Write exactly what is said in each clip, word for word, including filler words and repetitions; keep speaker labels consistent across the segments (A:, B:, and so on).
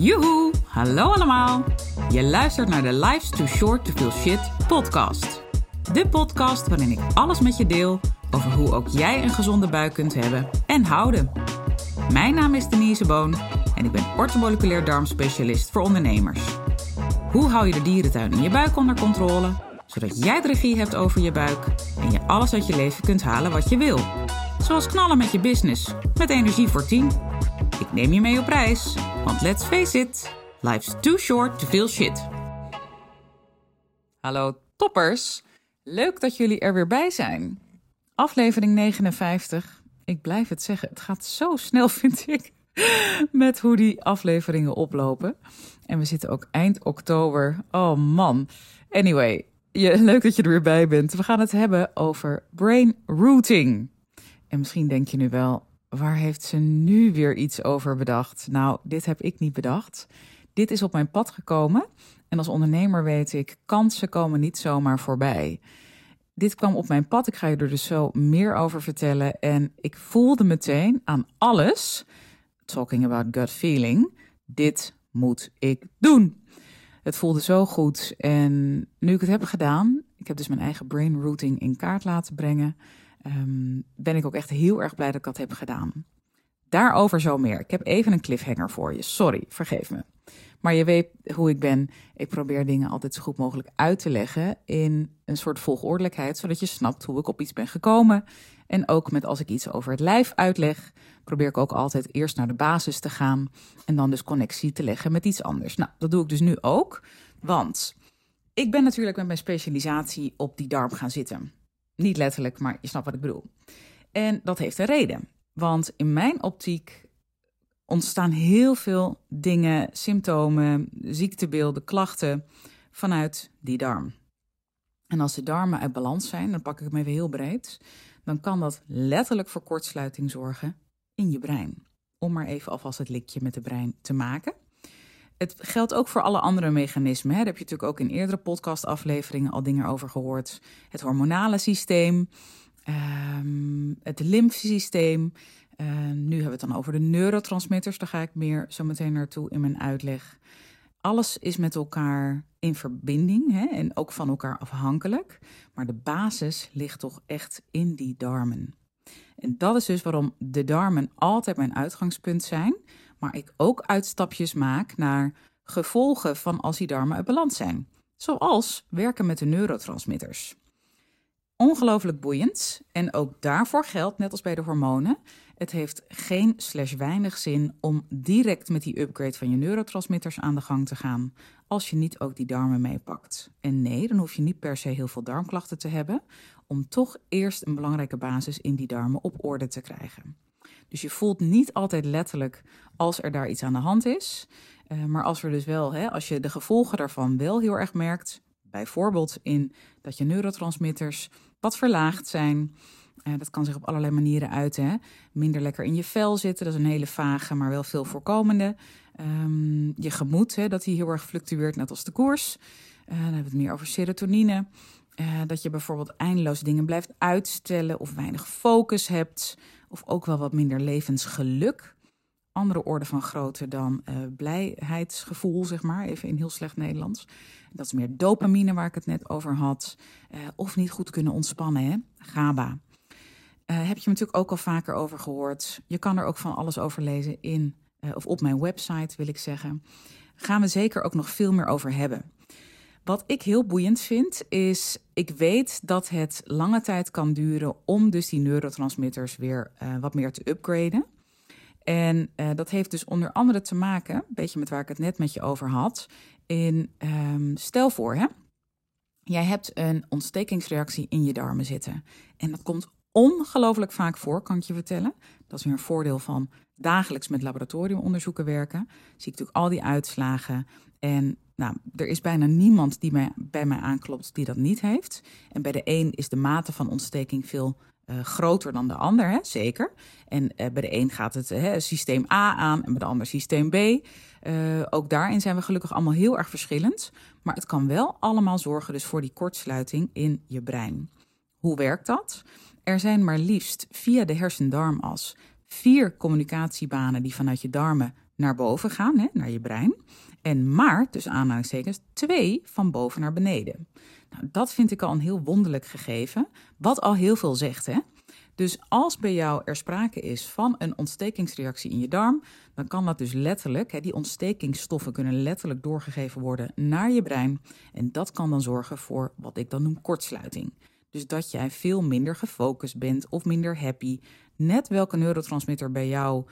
A: Joehoe, hallo allemaal. Je luistert naar de Life's Too Short to Feel Shit podcast. De podcast waarin ik alles met je deel over hoe ook jij een gezonde buik kunt hebben en houden. Mijn naam is Denise Boon en ik ben orthomoleculair darmspecialist voor ondernemers. Hoe hou je de dierentuin in je buik onder controle, zodat jij de regie hebt over je buik en je alles uit je leven kunt halen wat je wil. Zoals knallen met je business, met energie voor tien. Ik neem je mee op reis, want let's face it, life's too short to feel shit. Hallo toppers, leuk dat jullie er weer bij zijn. Aflevering negenenvijftig, ik blijf het zeggen, het gaat zo snel vind ik, met hoe die afleveringen oplopen. En we zitten ook eind oktober, oh man. Anyway, je, leuk dat je er weer bij bent. We gaan het hebben over brain rooting. En misschien denk je nu wel, waar heeft ze nu weer iets over bedacht? Nou, dit heb ik niet bedacht. Dit is op mijn pad gekomen. En als ondernemer weet ik, kansen komen niet zomaar voorbij. Dit kwam op mijn pad. Ik ga je er dus zo meer over vertellen. En ik voelde meteen aan alles, talking about gut feeling, dit moet ik doen. Het voelde zo goed. En nu ik het heb gedaan, ik heb dus mijn eigen brain rooting in kaart laten brengen, Um, ben ik ook echt heel erg blij dat ik dat heb gedaan. Daarover zo meer. Ik heb even een cliffhanger voor je. Sorry, vergeef me. Maar je weet hoe ik ben. Ik probeer dingen altijd zo goed mogelijk uit te leggen in een soort volgordelijkheid, zodat je snapt hoe ik op iets ben gekomen. En ook met als ik iets over het lijf uitleg, probeer ik ook altijd eerst naar de basis te gaan en dan dus connectie te leggen met iets anders. Nou, dat doe ik dus nu ook, want ik ben natuurlijk met mijn specialisatie op die darm gaan zitten. Niet letterlijk, maar je snapt wat ik bedoel. En dat heeft een reden. Want in mijn optiek ontstaan heel veel dingen, symptomen, ziektebeelden, klachten vanuit die darm. En als de darmen uit balans zijn, dan pak ik hem even heel breed, dan kan dat letterlijk voor kortsluiting zorgen in je brein. Om maar even alvast het likje met de brein te maken. Het geldt ook voor alle andere mechanismen. Hè. Daar heb je natuurlijk ook in eerdere podcastafleveringen al dingen over gehoord. Het hormonale systeem, um, het lymfesysteem. Uh, nu hebben we het dan over de neurotransmitters. Daar ga ik meer zo meteen naartoe in mijn uitleg. Alles is met elkaar in verbinding, hè, en ook van elkaar afhankelijk. Maar de basis ligt toch echt in die darmen. En dat is dus waarom de darmen altijd mijn uitgangspunt zijn, maar ik ook uitstapjes maak naar gevolgen van als die darmen uit balans zijn. Zoals werken met de neurotransmitters. Ongelooflijk boeiend. En ook daarvoor geldt, net als bij de hormonen, het heeft geen slash weinig zin om direct met die upgrade van je neurotransmitters aan de gang te gaan, als je niet ook die darmen meepakt. En nee, dan hoef je niet per se heel veel darmklachten te hebben, om toch eerst een belangrijke basis in die darmen op orde te krijgen. Dus je voelt niet altijd letterlijk als er daar iets aan de hand is. Uh, maar als er dus wel, hè, als je de gevolgen daarvan wel heel erg merkt, bijvoorbeeld in dat je neurotransmitters wat verlaagd zijn. Uh, dat kan zich op allerlei manieren uiten. Hè. Minder lekker in je vel zitten, dat is een hele vage, maar wel veel voorkomende. Um, je gemoed, hè, dat die heel erg fluctueert, net als de koers. Uh, dan hebben we het meer over serotonine. Uh, dat je bijvoorbeeld eindeloos dingen blijft uitstellen of weinig focus hebt. Of ook wel wat minder levensgeluk. Andere orde van grootte dan uh, blijheidsgevoel, zeg maar. Even in heel slecht Nederlands. Dat is meer dopamine, waar ik het net over had. Uh, of niet goed kunnen ontspannen, hè? GABA. Uh, heb je natuurlijk ook al vaker over gehoord. Je kan er ook van alles over lezen in, uh, of op mijn website, wil ik zeggen. Gaan we zeker ook nog veel meer over hebben. Wat ik heel boeiend vind, is ik weet dat het lange tijd kan duren om dus die neurotransmitters weer uh, wat meer te upgraden. En uh, dat heeft dus onder andere te maken, een beetje met waar ik het net met je over had, in um, stel voor, hè, jij hebt een ontstekingsreactie in je darmen zitten. En dat komt ongelooflijk vaak voor, kan ik je vertellen. Dat is weer een voordeel van dagelijks met laboratoriumonderzoeken werken. Zie ik natuurlijk al die uitslagen. En nou, er is bijna niemand die mij, bij mij aanklopt die dat niet heeft. En bij de een is de mate van ontsteking veel uh, groter dan de ander, hè? Zeker. En uh, bij de een gaat het uh, systeem A aan en bij de ander systeem B. Uh, ook daarin zijn we gelukkig allemaal heel erg verschillend. Maar het kan wel allemaal zorgen dus voor die kortsluiting in je brein. Hoe werkt dat? Er zijn maar liefst via de hersen-darmas vier communicatiebanen die vanuit je darmen naar boven gaan, hè, naar je brein. En maar, tussen aanhalingstekens, twee van boven naar beneden. Nou, dat vind ik al een heel wonderlijk gegeven, wat al heel veel zegt, hè. Dus als bij jou er sprake is van een ontstekingsreactie in je darm, dan kan dat dus letterlijk, hè, die ontstekingsstoffen kunnen letterlijk doorgegeven worden naar je brein. En dat kan dan zorgen voor wat ik dan noem kortsluiting. Dus dat jij veel minder gefocust bent of minder happy. Net welke neurotransmitter bij jou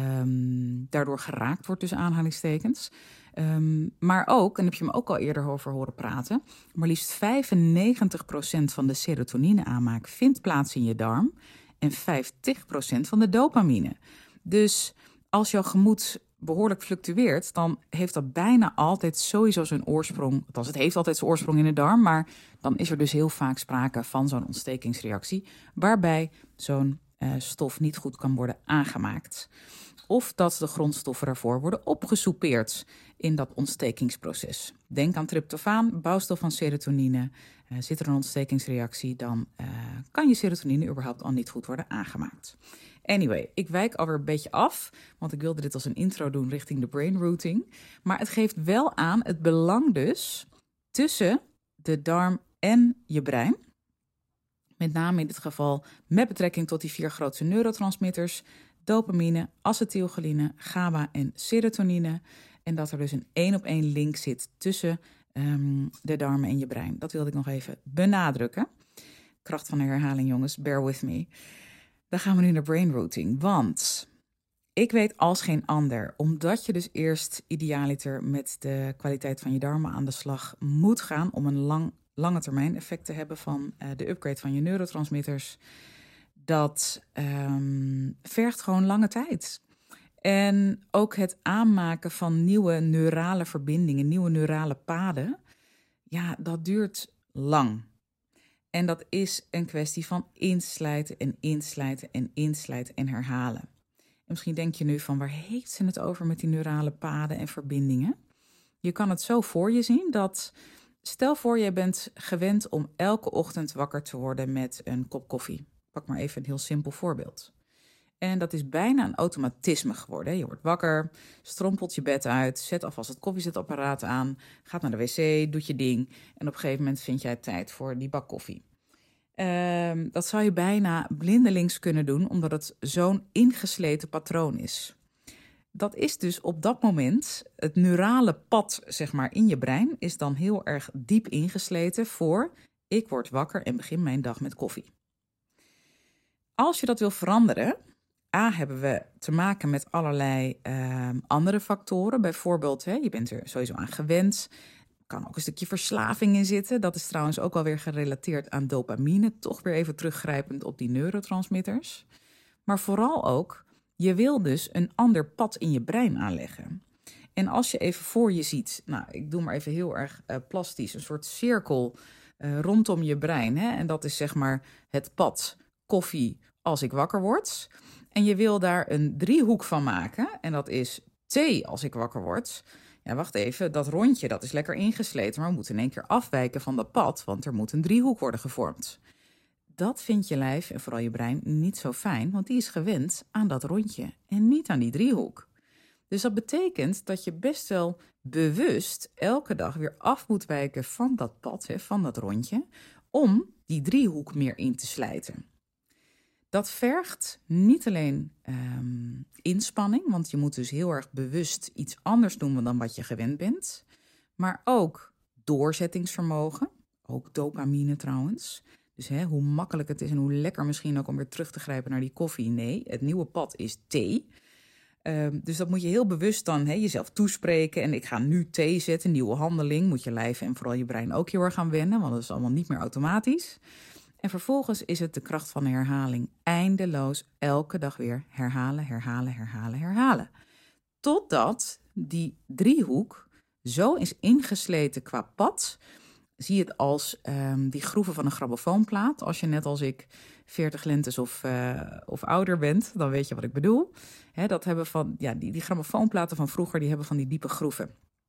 A: um, daardoor geraakt wordt, tussen aanhalingstekens. Um, maar ook, en daar heb je me ook al eerder over horen praten, maar liefst vijfennegentig procent van de serotonine aanmaak vindt plaats in je darm en vijftig procent van de dopamine. Dus als jouw gemoed behoorlijk fluctueert, dan heeft dat bijna altijd sowieso zijn oorsprong, althans het heeft altijd zijn oorsprong in de darm, maar dan is er dus heel vaak sprake van zo'n ontstekingsreactie, waarbij zo'n uh, stof niet goed kan worden aangemaakt. Of dat de grondstoffen daarvoor worden opgesoupeerd in dat ontstekingsproces. Denk aan tryptofaan, bouwstof van serotonine. Uh, zit er een ontstekingsreactie, dan uh, kan je serotonine überhaupt al niet goed worden aangemaakt. Anyway, ik wijk alweer een beetje af, want ik wilde dit als een intro doen richting de brain routing. Maar het geeft wel aan het belang dus tussen de darm en je brein. Met name in dit geval met betrekking tot die vier grootste neurotransmitters: dopamine, acetylcholine, GABA en serotonine. En dat er dus een één op één link zit tussen um, de darmen en je brein. Dat wilde ik nog even benadrukken. Kracht van de herhaling, jongens, bear with me. Dan gaan we nu naar brain routing, want ik weet als geen ander, omdat je dus eerst idealiter met de kwaliteit van je darmen aan de slag moet gaan om een lang, lange termijn effect te hebben van uh, de upgrade van je neurotransmitters, dat um, vergt gewoon lange tijd. En ook het aanmaken van nieuwe neurale verbindingen, nieuwe neurale paden, ja, dat duurt lang. En dat is een kwestie van inslijten en inslijten en inslijten en herhalen. En misschien denk je nu van, waar heeft ze het over met die neurale paden en verbindingen? Je kan het zo voor je zien dat, stel voor je bent gewend om elke ochtend wakker te worden met een kop koffie. Pak maar even een heel simpel voorbeeld. En dat is bijna een automatisme geworden. Je wordt wakker, strompelt je bed uit, zet alvast het koffiezetapparaat aan, gaat naar de wc, doet je ding. En op een gegeven moment vind jij tijd voor die bak koffie. Uh, dat zou je bijna blindelings kunnen doen, omdat het zo'n ingesleten patroon is. Dat is dus op dat moment, het neurale pad zeg maar, in je brein is dan heel erg diep ingesleten voor ik word wakker en begin mijn dag met koffie. Als je dat wil veranderen, A, hebben we te maken met allerlei uh, andere factoren. Bijvoorbeeld, hè, je bent er sowieso aan gewend. Er kan ook een stukje verslaving in zitten. Dat is trouwens ook wel weer gerelateerd aan dopamine. Toch weer even teruggrijpend op die neurotransmitters. Maar vooral ook, je wil dus een ander pad in je brein aanleggen. En als je even voor je ziet, nou, ik doe maar even heel erg uh, plastisch, een soort cirkel uh, rondom je brein. Hè? En dat is zeg maar het pad koffie als ik wakker word. En je wil daar een driehoek van maken. En dat is thee als ik wakker word. Ja, wacht even, dat rondje dat is lekker ingesleten. Maar we moeten in één keer afwijken van dat pad, want er moet een driehoek worden gevormd. Dat vindt je lijf en vooral je brein niet zo fijn, want die is gewend aan dat rondje en niet aan die driehoek. Dus dat betekent dat je best wel bewust elke dag weer af moet wijken van dat pad, hè, van dat rondje, om die driehoek meer in te slijten. Dat vergt niet alleen um, inspanning, want je moet dus heel erg bewust iets anders doen dan wat je gewend bent, maar ook doorzettingsvermogen, ook dopamine trouwens. Dus hè, hoe makkelijk het is en hoe lekker misschien ook om weer terug te grijpen naar die koffie. Nee, het nieuwe pad is thee. Um, dus dat moet je heel bewust dan hè, jezelf toespreken. En ik ga nu thee zetten, nieuwe handeling. Moet je lijf en vooral je brein ook heel erg gaan wennen, want dat is allemaal niet meer automatisch. En vervolgens is het de kracht van de herhaling. Eindeloos elke dag weer herhalen, herhalen, herhalen, herhalen. Totdat die driehoek zo is ingesleten qua pad. Zie het als um, die groeven van een grammofoonplaat. Als je net als ik veertig lentes of, uh, of ouder bent, dan weet je wat ik bedoel. He, dat hebben van, ja, die, die grammofoonplaten van vroeger, die hebben van die diepe groeven.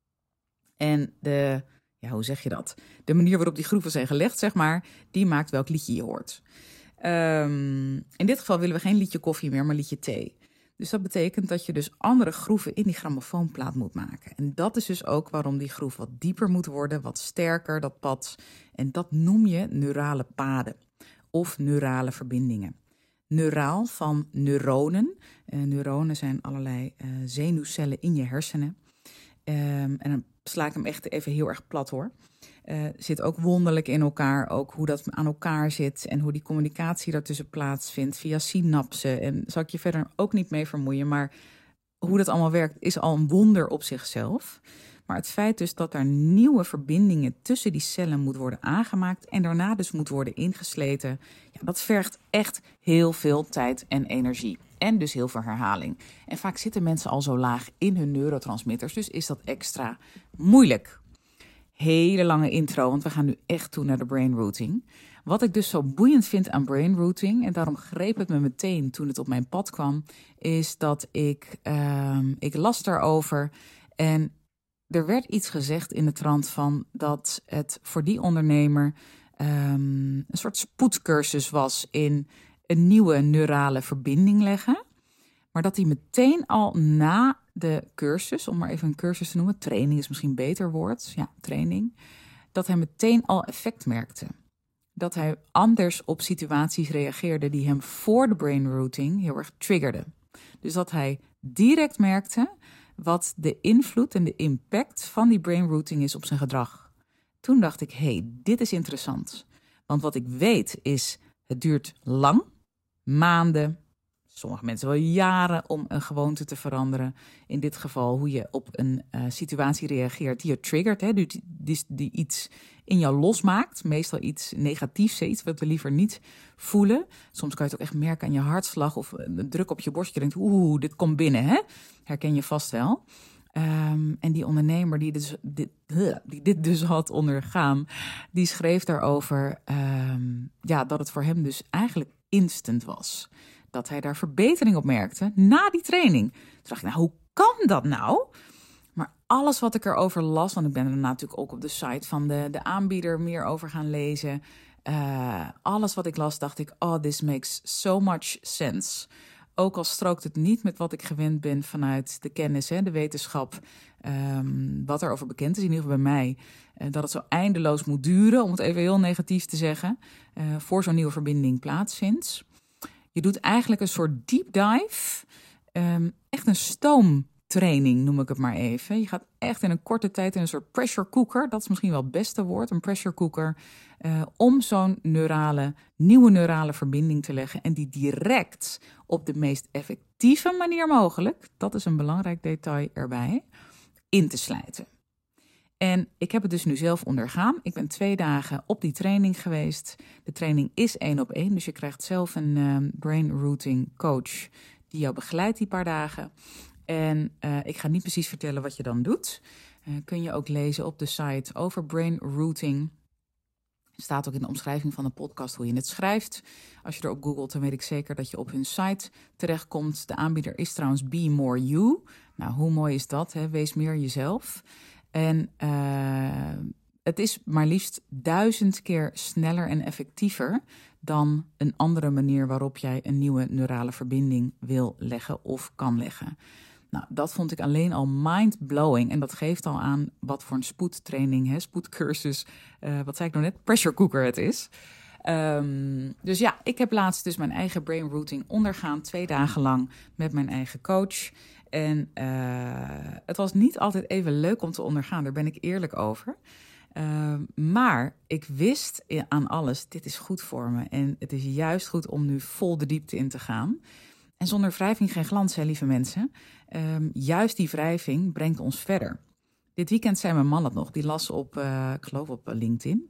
A: En de, ja, hoe zeg je dat? De manier waarop die groeven zijn gelegd, zeg maar, die maakt welk liedje je hoort. Um, in dit geval willen we geen liedje koffie meer, maar liedje thee. Dus dat betekent dat je dus andere groeven in die grammofoonplaat moet maken. En dat is dus ook waarom die groef wat dieper moet worden, wat sterker, dat pad. En dat noem je neurale paden of neurale verbindingen. Neuraal van neuronen. Uh, neuronen zijn allerlei uh, zenuwcellen in je hersenen. Um, en dan sla ik hem echt even heel erg plat hoor. Uh, zit ook wonderlijk in elkaar, ook hoe dat aan elkaar zit en hoe die communicatie daartussen plaatsvindt via synapsen. En zal ik je verder ook niet mee vermoeien, maar hoe dat allemaal werkt is al een wonder op zichzelf. Maar het feit dus dat er nieuwe verbindingen tussen die cellen moet worden aangemaakt en daarna dus moet worden ingesleten, ja, dat vergt echt heel veel tijd en energie. En dus heel veel herhaling. En vaak zitten mensen al zo laag in hun neurotransmitters, dus is dat extra moeilijk. Hele lange intro, want we gaan nu echt toe naar de brain routing. Wat ik dus zo boeiend vind aan brain routing, en daarom greep het me meteen toen het op mijn pad kwam, is dat ik, uh, ik las daarover en er werd iets gezegd in de trant van dat het voor die ondernemer um, een soort spoedcursus was in een nieuwe neurale verbinding leggen. Maar dat hij meteen al na de cursus, om maar even een cursus te noemen, training is misschien een beter woord, ja, training, dat hij meteen al effect merkte. Dat hij anders op situaties reageerde die hem voor de brain routing heel erg triggerden. Dus dat hij direct merkte wat de invloed en de impact van die brain routing is op zijn gedrag. Toen dacht ik, hé, hey, dit is interessant. Want wat ik weet is, het duurt lang, maanden, sommige mensen wel jaren om een gewoonte te veranderen. In dit geval hoe je op een uh, situatie reageert die je triggert. Hè? Die, die, die iets in jou losmaakt. Meestal iets negatiefs, iets wat we liever niet voelen. Soms kan je het ook echt merken aan je hartslag of een druk op je borst. Je denkt, oeh, dit komt binnen. Hè? Herken je vast wel. Um, en die ondernemer die, dus, dit, die dit dus had ondergaan, die schreef daarover um, ja, dat het voor hem dus eigenlijk instant was. Dat hij daar verbetering op merkte na die training. Toen dacht ik, nou, hoe kan dat nou? Maar alles wat ik erover las, want ik ben er natuurlijk ook op de site van de, de aanbieder meer over gaan lezen. Uh, alles wat ik las, dacht ik, oh, this makes so much sense. Ook al strookt het niet met wat ik gewend ben vanuit de kennis, hè, de wetenschap, um, wat er over bekend is, in ieder geval bij mij, uh, dat het zo eindeloos moet duren, om het even heel negatief te zeggen, uh, voor zo'n nieuwe verbinding plaatsvindt. Je doet eigenlijk een soort deep dive, um, echt een stoomtraining noem ik het maar even. Je gaat echt in een korte tijd in een soort pressure cooker, dat is misschien wel het beste woord, een pressure cooker, uh, om zo'n neurale, nieuwe neurale verbinding te leggen en die direct op de meest effectieve manier mogelijk, dat is een belangrijk detail erbij, in te slijten. En ik heb het dus nu zelf ondergaan. Ik ben twee dagen op die training geweest. De training is één op één, dus je krijgt zelf een um, brain routing coach die jou begeleidt die paar dagen. En uh, ik ga niet precies vertellen wat je dan doet. Uh, kun je ook lezen op de site over brain routing. Staat ook in de omschrijving van de podcast hoe je het schrijft. Als je erop googelt, dan weet ik zeker dat je op hun site terechtkomt. De aanbieder is trouwens Be More You. Nou, hoe mooi is dat, hè? Wees meer jezelf. En uh, het is maar liefst duizend keer sneller en effectiever dan een andere manier waarop jij een nieuwe neurale verbinding wil leggen of kan leggen. Nou, dat vond ik alleen al mind-blowing. En dat geeft al aan wat voor een spoedtraining, hè, spoedcursus, uh, wat zei ik nou net, pressure cooker het is. Um, dus ja, ik heb laatst dus mijn eigen brain routing ondergaan, twee dagen lang met mijn eigen coach. En uh, het was niet altijd even leuk om te ondergaan, daar ben ik eerlijk over. Uh, maar ik wist aan alles, dit is goed voor me. En het is juist goed om nu vol de diepte in te gaan. En zonder wrijving geen glans, hè, lieve mensen. Um, juist die wrijving brengt ons verder. Dit weekend zei mijn man het nog, die las op, uh, ik geloof op LinkedIn,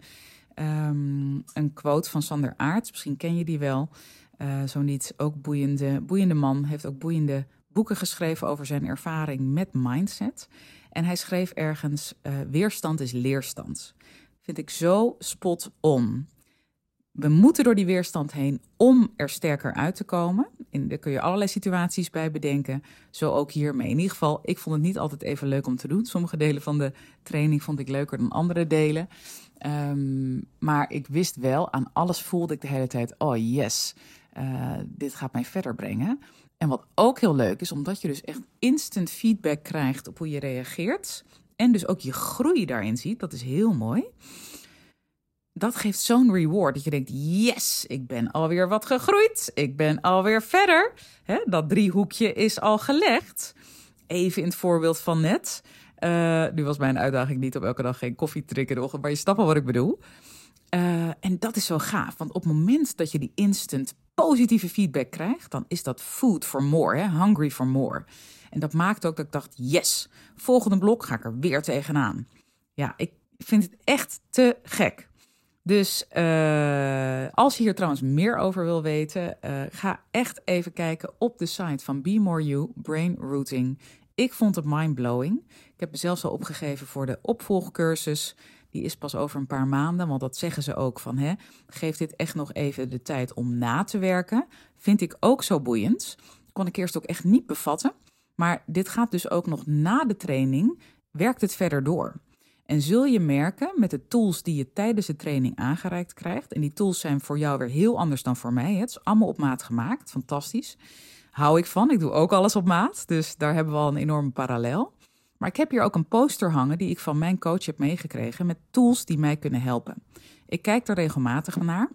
A: um, een quote van Sander Aarts. Misschien ken je die wel. Uh, zo niet, ook boeiende, boeiende man, heeft ook boeiende boeken geschreven over zijn ervaring met mindset. En hij schreef ergens, uh, weerstand is leerstand. Vind ik zo spot on. We moeten door die weerstand heen om er sterker uit te komen. En daar kun je allerlei situaties bij bedenken. Zo ook hiermee. In ieder geval, ik vond het niet altijd even leuk om te doen. Sommige delen van de training vond ik leuker dan andere delen. Um, maar ik wist wel, aan alles voelde ik de hele tijd, oh yes, uh, dit gaat mij verder brengen. En wat ook heel leuk is, omdat je dus echt instant feedback krijgt op hoe je reageert. En dus ook je groei daarin ziet. Dat is heel mooi. Dat geeft zo'n reward dat je denkt, yes, ik ben alweer wat gegroeid. Ik ben alweer verder. Hè, dat driehoekje is al gelegd. Even in het voorbeeld van net. Uh, nu was mijn uitdaging niet om elke dag geen koffie te drinken in de ochtend, maar je snapt wel wat ik bedoel. Uh, en dat is zo gaaf, want op het moment dat je die instant positieve feedback krijgt, dan is dat food for more, hè? Hungry for more. En dat maakt ook dat ik dacht, yes, volgende blok ga ik er weer tegenaan. Ja, ik vind het echt te gek. Dus uh, als je hier trouwens meer over wil weten, uh, ga echt even kijken op de site van Be More You, Brain Routing. Ik vond het mindblowing. Ik heb mezelf al opgegeven voor de opvolgcursus. Die is pas over een paar maanden, want dat zeggen ze ook van, hè, geef dit echt nog even de tijd om na te werken. Vind ik ook zo boeiend. Kon ik eerst ook echt niet bevatten. Maar dit gaat dus ook nog na de training, werkt het verder door. En zul je merken met de tools die je tijdens de training aangereikt krijgt. En die tools zijn voor jou weer heel anders dan voor mij. Het is allemaal op maat gemaakt. Fantastisch. Hou ik van. Ik doe ook alles op maat. Dus daar hebben we al een enorme parallel. Maar ik heb hier ook een poster hangen die ik van mijn coach heb meegekregen met tools die mij kunnen helpen. Ik kijk er regelmatig naar.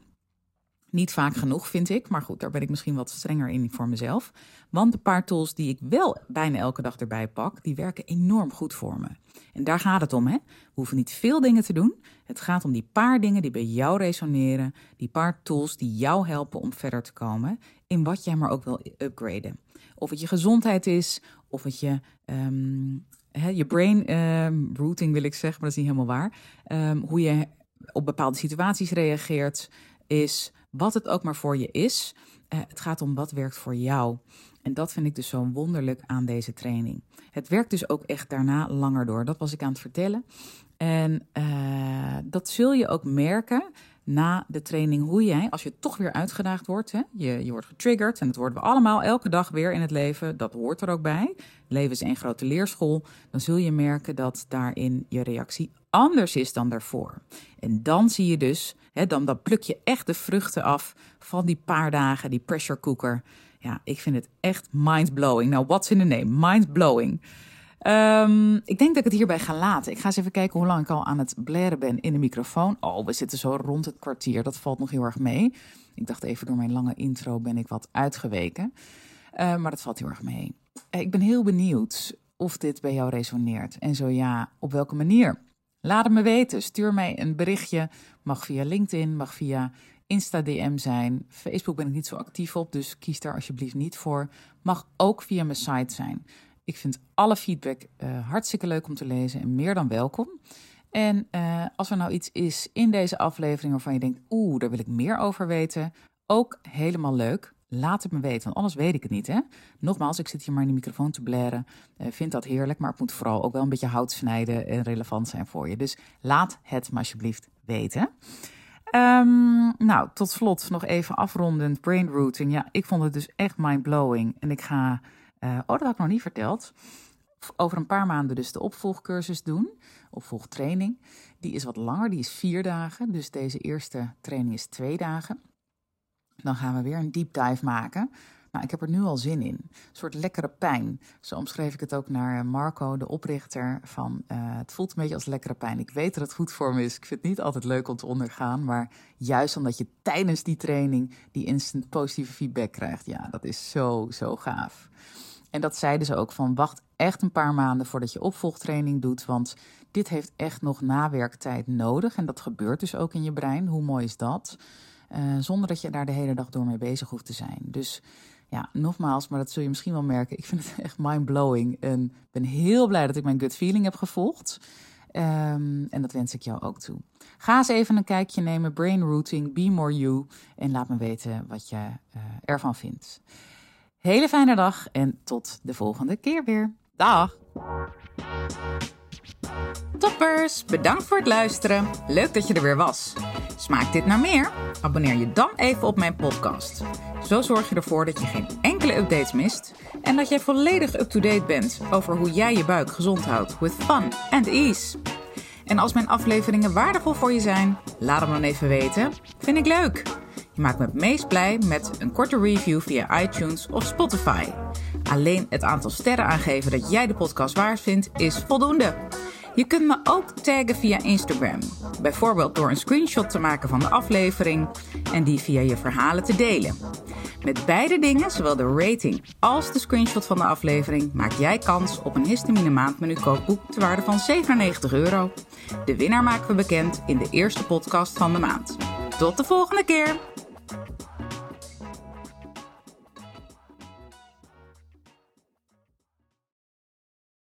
A: Niet vaak genoeg, vind ik. Maar goed, daar ben ik misschien wat strenger in voor mezelf. Want de paar tools die ik wel bijna elke dag erbij pak, die werken enorm goed voor me. En daar gaat het om, hè. We hoeven niet veel dingen te doen. Het gaat om die paar dingen die bij jou resoneren. Die paar tools die jou helpen om verder te komen in wat jij maar ook wil upgraden. Of het je gezondheid is, of het je, um, he, je brain um, routing wil ik zeggen, maar dat is niet helemaal waar. Um, hoe je op bepaalde situaties reageert is, wat het ook maar voor je is. Uh, het gaat om wat werkt voor jou. En dat vind ik dus zo wonderlijk aan deze training. Het werkt dus ook echt daarna langer door. Dat was ik aan het vertellen. En uh, dat zul je ook merken na de training, hoe jij, als je toch weer uitgedaagd wordt, hè, je, je wordt getriggerd, en dat worden we allemaal elke dag weer in het leven, dat hoort er ook bij. Het leven is één grote leerschool. Dan zul je merken dat daarin je reactie anders is dan daarvoor. En dan zie je dus, hè, dan, dan pluk je echt de vruchten af van die paar dagen, die pressure cooker. Ja, ik vind het echt mindblowing. Nou, what's in the name? Mindblowing. Um, ik denk dat ik het hierbij ga laten. Ik ga eens even kijken hoe lang ik al aan het blaren ben in de microfoon. Oh, we zitten zo rond het kwartier. Dat valt nog heel erg mee. Ik dacht even door mijn lange intro ben ik wat uitgeweken. Uh, maar dat valt heel erg mee. Uh, ik ben heel benieuwd of dit bij jou resoneert. En zo ja, op welke manier? Laat het me weten. Stuur mij een berichtje. Mag via LinkedIn, mag via Insta D M zijn. Facebook ben ik niet zo actief op, dus kies daar alsjeblieft niet voor. Mag ook via mijn site zijn. Ik vind alle feedback uh, hartstikke leuk om te lezen en meer dan welkom. En uh, als er nou iets is in deze aflevering waarvan je denkt, oeh, daar wil ik meer over weten, ook helemaal leuk. Laat het me weten, want anders weet ik het niet. Hè? Nogmaals, ik zit hier maar in de microfoon te blaren. Uh, vind dat heerlijk, maar het moet vooral ook wel een beetje hout snijden en relevant zijn voor je. Dus laat het me alsjeblieft weten. Um, nou, tot slot nog even afrondend brain routing. Ja, ik vond het dus echt mindblowing. En ik ga, uh, oh, dat had ik nog niet verteld, over een paar maanden dus de opvolgcursus doen. Opvolgtraining. Die is wat langer, die is vier dagen. Dus deze eerste training is twee dagen. Dan gaan we weer een deep dive maken. Nou, ik heb er nu al zin in. Een soort lekkere pijn. Zo omschreef ik het ook naar Marco, de oprichter van uh, het voelt een beetje als lekkere pijn. Ik weet dat het goed voor me is. Ik vind het niet altijd leuk om te ondergaan. Maar juist omdat je tijdens die training die instant positieve feedback krijgt. Ja, dat is zo, zo gaaf. En dat zeiden ze ook van wacht echt een paar maanden voordat je opvolgtraining doet. Want dit heeft echt nog nawerktijd nodig. En dat gebeurt dus ook in je brein. Hoe mooi is dat? Uh, zonder dat je daar de hele dag door mee bezig hoeft te zijn. Dus ja, nogmaals, maar dat zul je misschien wel merken. Ik vind het echt mindblowing. En ik ben heel blij dat ik mijn gut feeling heb gevolgd. Um, en dat wens ik jou ook toe. Ga eens even een kijkje nemen. Brain routing, Be More You. En laat me weten wat je uh, ervan vindt. Hele fijne dag en tot de volgende keer weer. Dag! Toppers, bedankt voor het luisteren. Leuk dat je er weer was. Smaakt dit naar meer? Abonneer je dan even op mijn podcast. Zo zorg je ervoor dat je geen enkele updates mist en dat jij volledig up-to-date bent over hoe jij je buik gezond houdt with fun and ease. En als mijn afleveringen waardevol voor je zijn, laat hem dan even weten. Vind ik leuk. Je maakt me het meest blij met een korte review via iTunes of Spotify. Alleen het aantal sterren aangeven dat jij de podcast waard vindt is voldoende. Je kunt me ook taggen via Instagram. Bijvoorbeeld door een screenshot te maken van de aflevering en die via je verhalen te delen. Met beide dingen, zowel de rating als de screenshot van de aflevering, maak jij kans op een Histamine Maandmenu kookboek ter waarde van zevenennegentig euro. De winnaar maken we bekend in de eerste podcast van de maand. Tot de volgende keer!